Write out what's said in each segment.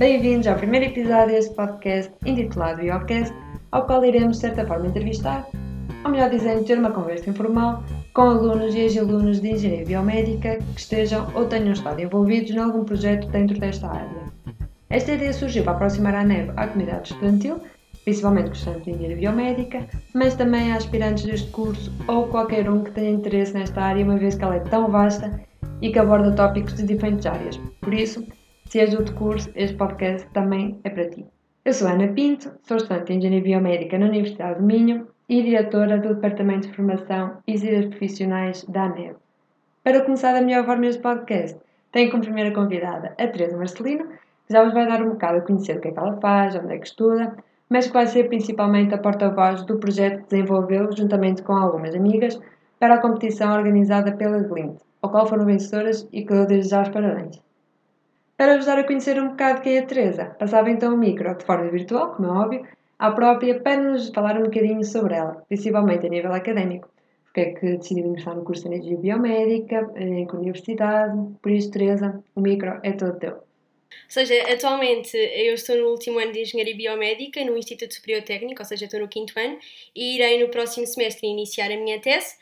Bem-vindos ao primeiro episódio deste podcast intitulado Biocast, ao qual iremos, de certa forma, entrevistar, ou melhor dizendo, ter uma conversa informal com alunos e ex-alunos de Engenharia Biomédica que estejam ou tenham estado envolvidos em algum projeto dentro desta área. Esta ideia surgiu para aproximar a NEB à comunidade estudantil, principalmente com estudantes de Engenharia Biomédica, mas também a aspirantes deste curso ou qualquer um que tenha interesse nesta área, uma vez que ela é tão vasta e que aborda tópicos de diferentes áreas. Por isso, se és do outro curso, este podcast também é para ti. Eu sou Ana Pinto, sou estudante de Engenharia Biomédica na Universidade do Minho e diretora do Departamento de Formação e Saídas Profissionais da ANEB. Para começar da melhor forma este podcast, tenho como primeira convidada a Teresa Marcelino, que já vos vai dar um bocado a conhecer o que é que ela faz, onde é que estuda, mas que vai ser principalmente a porta-voz do projeto que desenvolveu juntamente com algumas amigas para a competição organizada pela Glint, ao qual foram vencedoras e que eu desde já os parabéns. Para vos dar a conhecer um bocado quem é a Teresa, passava então o micro, de forma virtual, como é óbvio, à própria para nos falar um bocadinho sobre ela, principalmente a nível académico. Porque é que decidiu ingressar no curso de Energia Biomédica, em que universidade, por isso, Teresa, o micro é todo teu. Ou seja, atualmente eu estou no último ano de Engenharia Biomédica no Instituto Superior Técnico, ou seja, estou no 5º ano, e irei no próximo semestre iniciar a minha tese.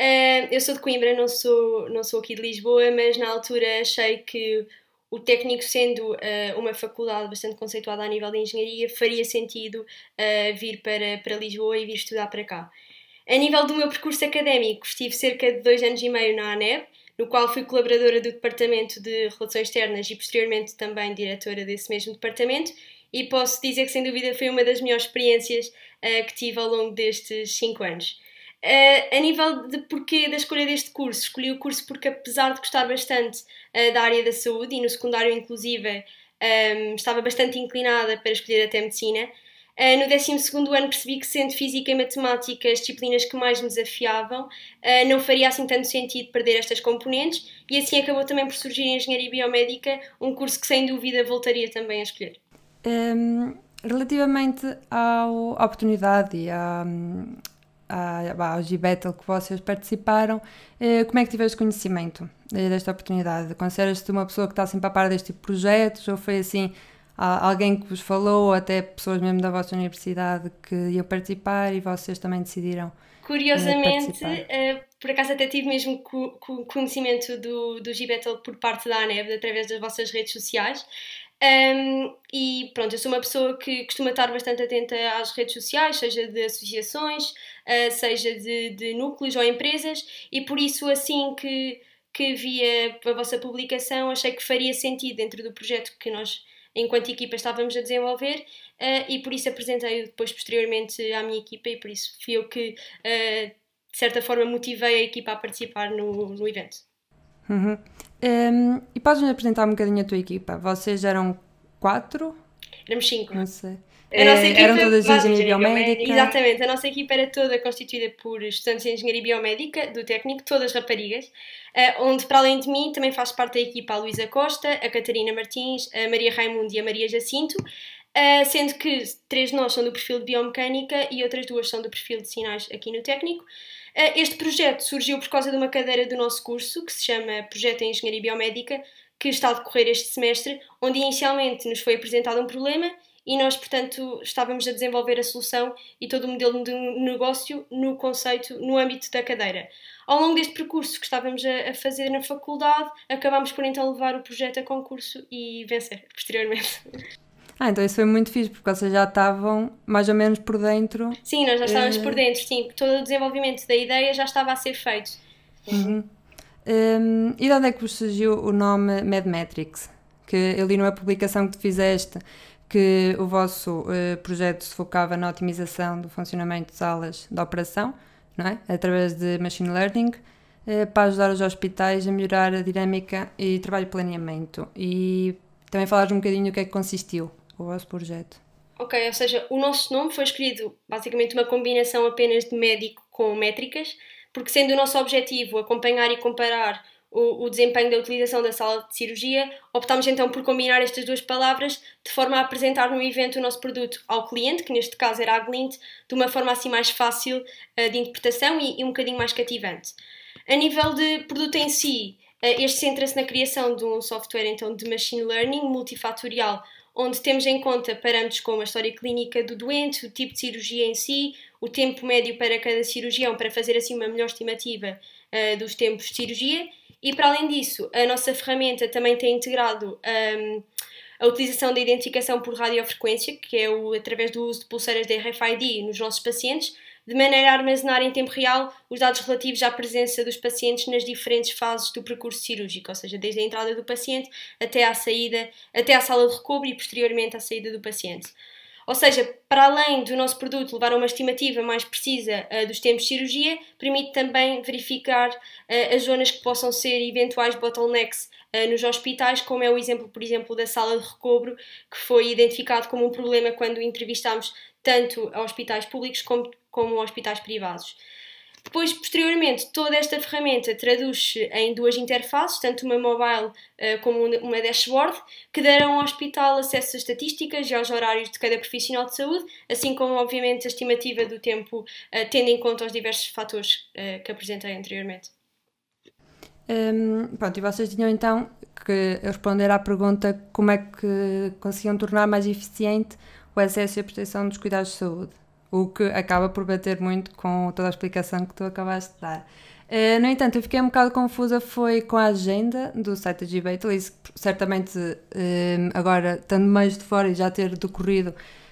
Eu sou de Coimbra, não sou aqui de Lisboa, mas na altura achei que o técnico, sendo uma faculdade bastante conceituada a nível de engenharia, faria sentido vir para Lisboa e vir estudar para cá. A nível do meu percurso académico, estive cerca de 2 anos e meio na ANEB, no qual fui colaboradora do Departamento de Relações Externas e posteriormente também diretora desse mesmo departamento, e posso dizer que sem dúvida foi uma das melhores experiências que tive ao longo destes 5 anos. A nível de porquê da escolha deste curso, escolhi o curso porque, apesar de gostar bastante da área da saúde e no secundário inclusive estava bastante inclinada para escolher até medicina. No 12º ano percebi que, sendo física e matemática as disciplinas que mais me desafiavam, não faria assim tanto sentido perder estas componentes, e assim acabou também por surgir a Engenharia Biomédica, um curso que sem dúvida voltaria também a escolher. Relativamente à oportunidade e ao G-Battle que vocês participaram, como é que tiveste conhecimento desta oportunidade? Consideras-te uma pessoa que está sempre a par deste tipo de projetos, ou foi assim alguém que vos falou, ou até pessoas mesmo da vossa universidade que iam participar e vocês também decidiram Curiosamente, participar? por acaso até tive mesmo conhecimento do G-Battle por parte da ANEB, através das vossas redes sociais. E pronto, eu sou uma pessoa que costuma estar bastante atenta às redes sociais, seja de associações, seja de núcleos ou empresas, e por isso, assim que vi a vossa publicação, achei que faria sentido dentro do projeto que nós, enquanto equipa, estávamos a desenvolver, e por isso apresentei-o depois posteriormente à minha equipa, e por isso fui eu que de certa forma motivei a equipa a participar no evento. Uhum. E podes-me apresentar um bocadinho a tua equipa? Vocês eram 4? Éramos 5. Não sei. A nossa equipa, eram todas de Engenharia Biomédica? Exatamente, a nossa equipa era toda constituída por estudantes de Engenharia Biomédica, do técnico, todas raparigas, onde para além de mim também faz parte da equipa a Luísa Costa, a Catarina Martins, a Maria Raimundo e a Maria Jacinto, sendo que 3 de nós são do perfil de Biomecânica e outras 2 são do perfil de Sinais aqui no técnico. Este projeto surgiu por causa de uma cadeira do nosso curso, que se chama Projeto em Engenharia Biomédica, que está a decorrer este semestre, onde inicialmente nos foi apresentado um problema e nós, portanto, estávamos a desenvolver a solução e todo o modelo de negócio no conceito, no âmbito da cadeira. Ao longo deste percurso que estávamos a fazer na faculdade, acabámos por então levar o projeto a concurso e vencer posteriormente. Então isso foi muito fixe, porque vocês já estavam mais ou menos por dentro. Sim, nós já estávamos por dentro, sim. Todo o desenvolvimento da ideia já estava a ser feito. Uhum. E de onde é que vos surgiu o nome Medmetrics? Que eu li numa publicação que tu fizeste que o vosso projeto se focava na otimização do funcionamento de salas de operação, não é? Através de Machine Learning, para ajudar os hospitais a melhorar a dinâmica e trabalho de planeamento. E também falares um bocadinho do que é que consistiu o vosso projeto. Ok, ou seja, o nosso nome foi escolhido basicamente uma combinação apenas de médico com métricas, porque sendo o nosso objetivo acompanhar e comparar o desempenho da utilização da sala de cirurgia, optámos então por combinar estas 2 palavras de forma a apresentar no evento o nosso produto ao cliente, que neste caso era a Glint, de uma forma assim mais fácil de interpretação e um bocadinho mais cativante. A nível de produto em si, este centra-se na criação de um software então de machine learning multifatorial, onde temos em conta parâmetros como a história clínica do doente, o tipo de cirurgia em si, o tempo médio para cada cirurgião, para fazer assim uma melhor estimativa dos tempos de cirurgia. E para além disso, a nossa ferramenta também tem integrado a utilização da identificação por radiofrequência, que é através do uso de pulseiras de RFID nos nossos pacientes, de maneira a armazenar em tempo real os dados relativos à presença dos pacientes nas diferentes fases do percurso cirúrgico, ou seja, desde a entrada do paciente até à saída, até à sala de recobro e posteriormente à saída do paciente. Ou seja, para além do nosso produto levar a uma estimativa mais precisa dos tempos de cirurgia, permite também verificar as zonas que possam ser eventuais bottlenecks nos hospitais, como é o exemplo, por exemplo, da sala de recobro, que foi identificado como um problema quando entrevistámos tanto a hospitais públicos como a hospitais privados. Depois, posteriormente, toda esta ferramenta traduz-se em duas interfaces, tanto uma mobile como uma dashboard, que darão ao hospital acesso às estatísticas e aos horários de cada profissional de saúde, assim como, obviamente, a estimativa do tempo, tendo em conta os diversos fatores que apresentei anteriormente. Pronto, e vocês tinham então que responder à pergunta como é que conseguiam tornar mais eficiente o acesso e a prestação dos cuidados de saúde, o que acaba por bater muito com toda a explicação que tu acabaste de dar. No entanto, eu fiquei um bocado confusa foi com a agenda do site da G-Battle, isso certamente agora, estando mais de fora e já ter decorrido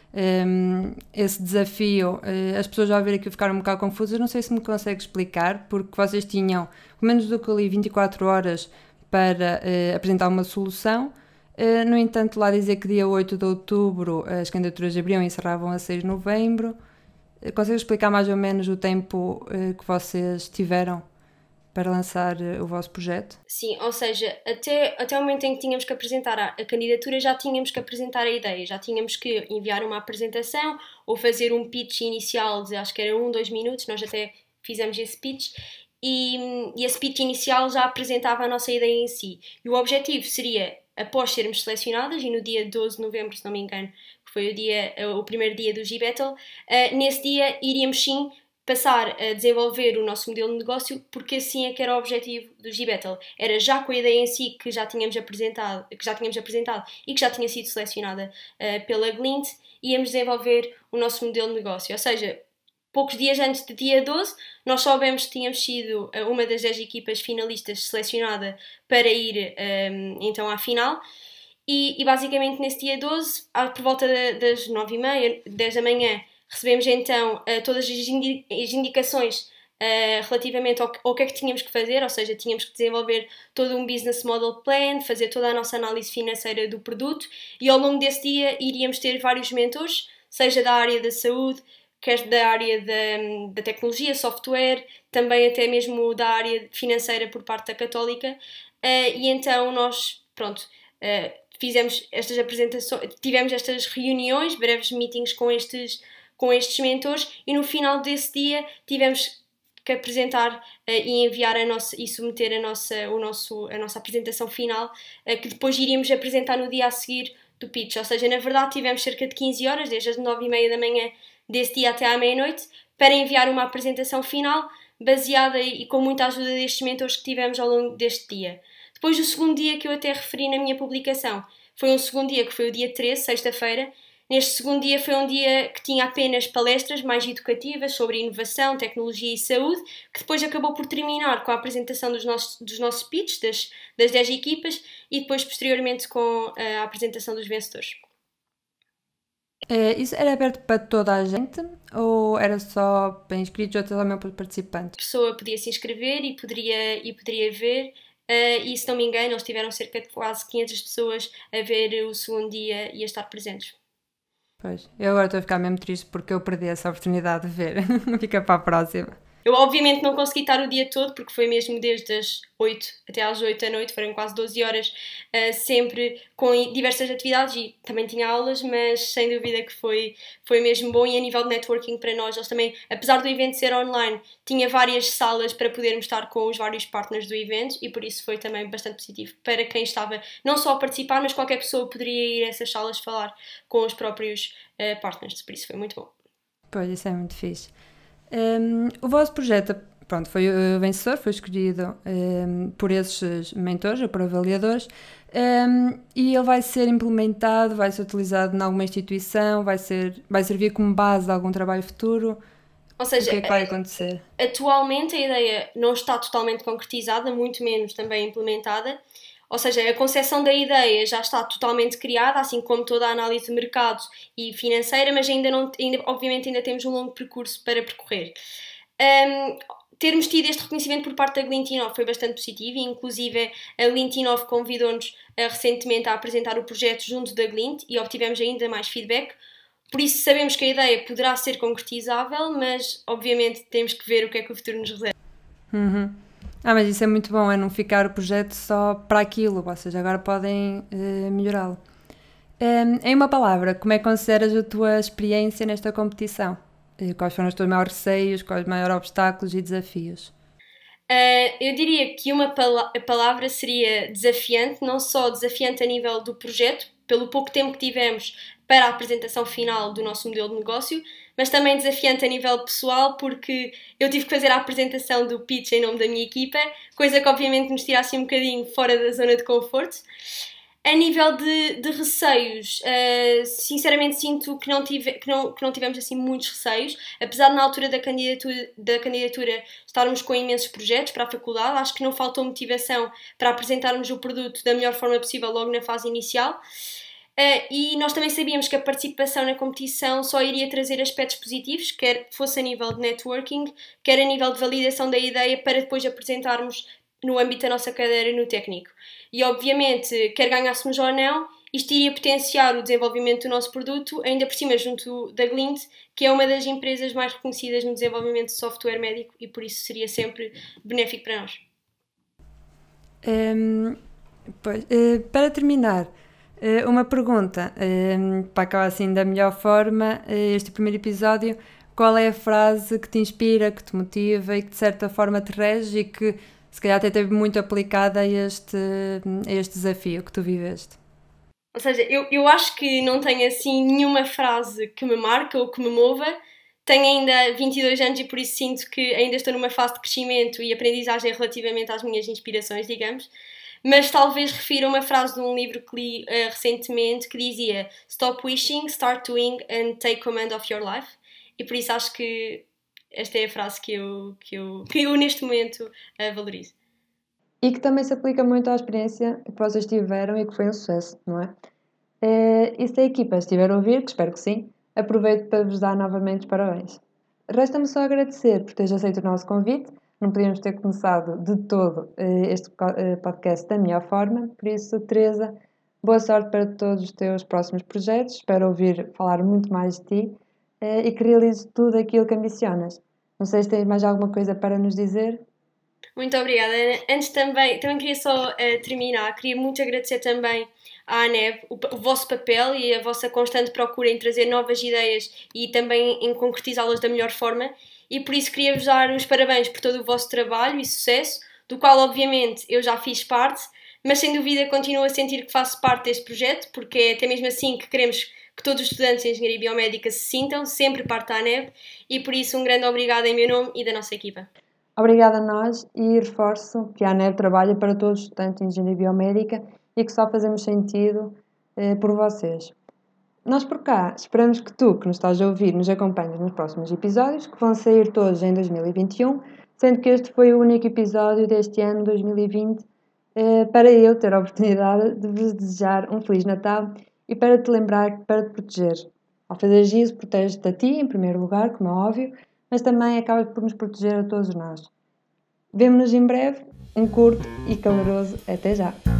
esse desafio, as pessoas já ouviram aqui ficaram um bocado confusas, não sei se me consegue explicar, porque vocês tinham, pelo menos do que eu li, 24 horas para apresentar uma solução. No entanto, lá dizer que dia 8 de outubro as candidaturas abriam e encerravam a 6 de novembro. Consegue explicar mais ou menos o tempo que vocês tiveram para lançar o vosso projeto? Sim, ou seja, até o momento em que tínhamos que apresentar a candidatura, já tínhamos que apresentar a ideia, já tínhamos que enviar uma apresentação ou fazer um pitch inicial de, acho que era 2 minutos, nós até fizemos esse pitch, e esse pitch inicial já apresentava a nossa ideia em si. E o objetivo seria, após sermos selecionadas, e no dia 12 de novembro, se não me engano, que foi o primeiro dia do G-Battle, nesse dia iríamos sim passar a desenvolver o nosso modelo de negócio, porque assim é que era o objetivo do G-Battle. Era já com a ideia em si que já tínhamos apresentado e que já tinha sido selecionada pela Glint, íamos desenvolver o nosso modelo de negócio. Ou seja, poucos dias antes do dia 12, nós soubemos que tínhamos sido uma das 10 equipas finalistas selecionada para ir então à final. E basicamente nesse dia 12, por volta das 9h30, 10 da manhã, recebemos então todas as indicações relativamente ao que é que tínhamos que fazer, ou seja, tínhamos que desenvolver todo um business model plan, fazer toda a nossa análise financeira do produto, e ao longo desse dia iríamos ter vários mentores, seja da área da saúde, quer da área da tecnologia, software, também até mesmo da área financeira por parte da Católica, e então nós, fizemos estas apresentações, tivemos estas reuniões, breves meetings com estes mentores, e no final desse dia tivemos que apresentar e enviar e submeter a nossa apresentação final, que depois iríamos apresentar no dia a seguir do pitch. Ou seja, na verdade tivemos cerca de 15 horas, desde as 9h30 da manhã desse dia até à meia-noite, para enviar uma apresentação final baseada e com muita ajuda destes mentores que tivemos ao longo deste dia. Depois do segundo dia que eu até referi na minha publicação, foi um segundo dia que foi o dia 13, sexta-feira. Neste segundo dia foi um dia que tinha apenas palestras mais educativas sobre inovação, tecnologia e saúde, que depois acabou por terminar com a apresentação dos nossos pitches, das 10 equipas, e depois posteriormente com a apresentação dos vencedores. Isso era aberto para toda a gente ou era só para inscritos ou também para participantes? A pessoa podia se inscrever e poderia ver, e se não me engano eles tiveram cerca de quase 500 pessoas a ver o segundo dia e a estar presentes. Pois, eu agora estou a ficar mesmo triste porque eu perdi essa oportunidade de ver. Fica para a próxima. Eu obviamente não consegui estar o dia todo, porque foi mesmo desde as 8 até às 8 da noite, foram quase 12 horas, sempre com diversas atividades, e também tinha aulas, mas sem dúvida que foi mesmo bom. E a nível de networking para nós, eles também, apesar do evento ser online, tinha várias salas para podermos estar com os vários partners do evento, e por isso foi também bastante positivo para quem estava não só a participar, mas qualquer pessoa poderia ir a essas salas falar com os próprios partners, por isso foi muito bom. Pois, isso é muito fixe. O vosso projeto pronto, foi o vencedor, foi escolhido por esses mentores ou por avaliadores, e ele vai ser implementado, vai ser utilizado em alguma instituição, vai servir como base de algum trabalho futuro. Ou seja, o que é que vai acontecer? Atualmente a ideia não está totalmente concretizada, muito menos também implementada. Ou seja, a concepção da ideia já está totalmente criada, assim como toda a análise de mercado e financeira, mas obviamente ainda temos um longo percurso para percorrer. Termos tido este reconhecimento por parte da Glint-Inov foi bastante positivo, e inclusive a Glint-Inov convidou-nos recentemente a apresentar o projeto junto da Glint e obtivemos ainda mais feedback. Por isso sabemos que a ideia poderá ser concretizável, mas obviamente temos que ver o que é que o futuro nos reserva. Mas isso é muito bom, é não ficar o projeto só para aquilo, ou seja, agora podem melhorá-lo. Em uma palavra, como é que consideras a tua experiência nesta competição? Quais foram os teus maiores receios, quais os maiores obstáculos e desafios? Eu diria que a palavra seria desafiante, não só desafiante a nível do projeto, pelo pouco tempo que tivemos para a apresentação final do nosso modelo de negócio, mas também desafiante a nível pessoal, porque eu tive que fazer a apresentação do pitch em nome da minha equipa, coisa que obviamente nos tira assim um bocadinho fora da zona de conforto. A nível de receios, sinceramente sinto que não tivemos assim muitos receios, apesar de na altura da candidatura estarmos com imensos projetos para a faculdade. Acho que não faltou motivação para apresentarmos o produto da melhor forma possível logo na fase inicial. E nós também sabíamos que a participação na competição só iria trazer aspectos positivos, quer fosse a nível de networking, quer a nível de validação da ideia, para depois apresentarmos no âmbito da nossa cadeira no técnico. E obviamente, quer ganhássemos ou não, isto iria potenciar o desenvolvimento do nosso produto, ainda por cima junto da Glint, que é uma das empresas mais reconhecidas no desenvolvimento de software médico, e por isso seria sempre benéfico para nós. Para terminar, uma pergunta, para acabar assim da melhor forma, este primeiro episódio: qual é a frase que te inspira, que te motiva e que de certa forma te rege e que se calhar até teve muito aplicada a este desafio que tu viveste? Ou seja, eu acho que não tenho assim nenhuma frase que me marque ou que me mova. Tenho ainda 22 anos e por isso sinto que ainda estou numa fase de crescimento e aprendizagem relativamente às minhas inspirações, digamos. Mas talvez refira uma frase de um livro que li recentemente, que dizia: "Stop wishing, start doing and take command of your life." E por isso acho que esta é a frase que eu neste momento valorizo. E que também se aplica muito à experiência que vocês tiveram e que foi um sucesso, não é? E se a equipa estiver a ouvir, que espero que sim, aproveito para vos dar novamente os parabéns. Resta-me só agradecer por teres aceito o nosso convite. Não podíamos ter começado de todo este podcast da melhor forma. Por isso, Teresa, boa sorte para todos os teus próximos projetos. Espero ouvir falar muito mais de ti e que realizes tudo aquilo que ambicionas. Não sei se tens mais alguma coisa para nos dizer. Muito obrigada, Ana. Antes também queria só terminar, queria muito agradecer também à ANEB o vosso papel e a vossa constante procura em trazer novas ideias e também em concretizá-las da melhor forma, e por isso queria-vos dar os parabéns por todo o vosso trabalho e sucesso, do qual obviamente eu já fiz parte, mas sem dúvida continuo a sentir que faço parte deste projeto, porque é até mesmo assim que queremos que todos os estudantes de Engenharia Biomédica se sintam sempre parte da ANEB, e por isso um grande obrigado em meu nome e da nossa equipa. Obrigada a nós, e reforço que a ANEB trabalha para todos os estudantes de Engenharia Biomédica e que só fazemos sentido por vocês. Nós por cá esperamos que tu, que nos estás a ouvir, nos acompanhes nos próximos episódios, que vão sair todos em 2021, sendo que este foi o único episódio deste ano 2020, para eu ter a oportunidade de vos desejar um Feliz Natal e para te lembrar que para te proteger. Ao fazer isso, proteges-te a ti, em primeiro lugar, como é óbvio, mas também acabas por nos proteger a todos nós. Vemo-nos em breve. Um curto e caloroso até já!